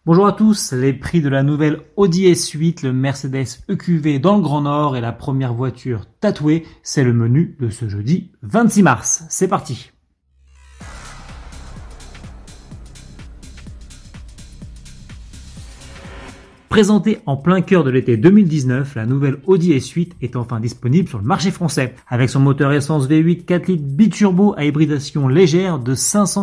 Bonjour à tous, les prix de la nouvelle Audi S8, le Mercedes EQV dans le Grand Nord et la première voiture tatouée, c'est le menu de ce jeudi 26 mars. C'est parti! Présentée en plein cœur de l'été 2019, la nouvelle Audi S8 est enfin disponible sur le marché français. Avec son moteur essence V8 4 litres biturbo à hybridation légère de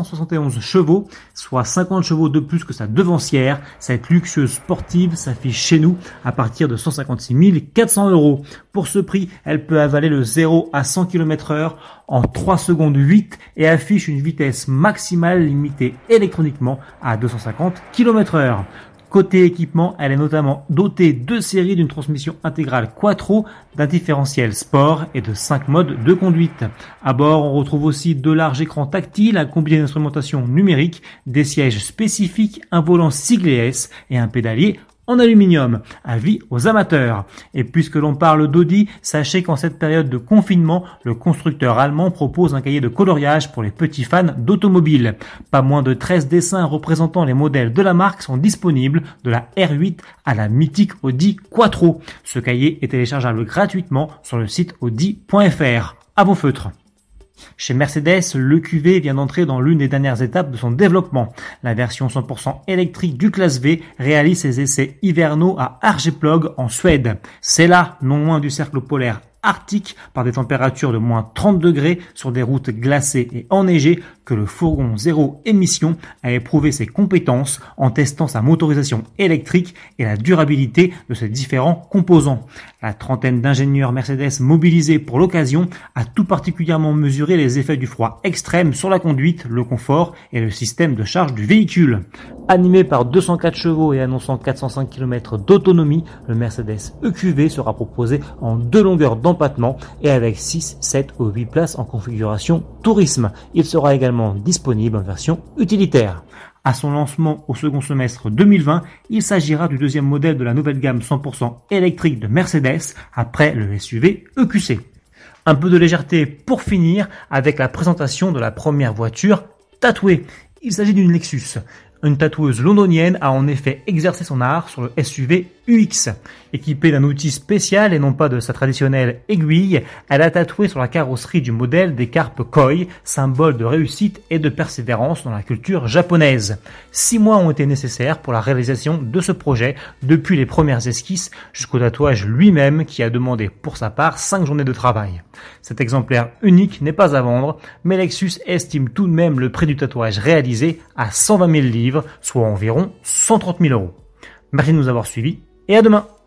571 chevaux, soit 50 chevaux de plus que sa devancière, cette luxueuse sportive s'affiche chez nous à partir de 156 400 €. Pour ce prix, elle peut avaler le 0 à 100 km/h en 3 secondes 8 et affiche une vitesse maximale limitée électroniquement à 250 km/h. Côté équipement, elle est notamment dotée de séries d'une transmission intégrale Quattro, d'un différentiel sport et de 5 modes de conduite. À bord, on retrouve aussi de larges écrans tactiles, un combiné d'instrumentation numérique, des sièges spécifiques, un volant siglé S et un pédalier en aluminium. Avis aux amateurs. Et puisque l'on parle d'Audi, sachez qu'en cette période de confinement, le constructeur allemand propose un cahier de coloriage pour les petits fans d'automobile. Pas moins de 13 dessins représentant les modèles de la marque sont disponibles, de la R8 à la mythique Audi Quattro. Ce cahier est téléchargeable gratuitement sur le site audi.fr. À vos feutres. Chez Mercedes, l'EQV vient d'entrer dans l'une des dernières étapes de son développement. La version 100% électrique du classe V réalise ses essais hivernaux à Arjeplog en Suède. C'est là, non loin du cercle polaire arctique, par des températures de moins 30 degrés sur des routes glacées et enneigées, que le fourgon zéro émission a éprouvé ses compétences en testant sa motorisation électrique et la durabilité de ses différents composants. La trentaine d'ingénieurs Mercedes mobilisés pour l'occasion a tout particulièrement mesuré les effets du froid extrême sur la conduite, le confort et le système de charge du véhicule. Animé par 204 chevaux et annonçant 405 km d'autonomie, le Mercedes EQV sera proposé en 2 longueurs d'empattement et avec 6, 7 ou 8 places en configuration tourisme. Il sera également disponible en version utilitaire. À son lancement au second semestre 2020, il s'agira du deuxième modèle de la nouvelle gamme 100% électrique de Mercedes après le SUV EQC. Un peu de légèreté pour finir avec la présentation de la première voiture tatouée. Il s'agit d'une Lexus. Une tatoueuse londonienne a en effet exercé son art sur le SUV UX. Équipée d'un outil spécial et non pas de sa traditionnelle aiguille, elle a tatoué sur la carrosserie du modèle des carpes koi, symbole de réussite et de persévérance dans la culture japonaise. 6 mois ont été nécessaires pour la réalisation de ce projet, depuis les premières esquisses jusqu'au tatouage lui-même qui a demandé pour sa part 5 journées de travail. Cet exemplaire unique n'est pas à vendre, mais Lexus estime tout de même le prix du tatouage réalisé à 120 000 livres, soit environ 130 000 €. Merci de nous avoir suivis et à demain.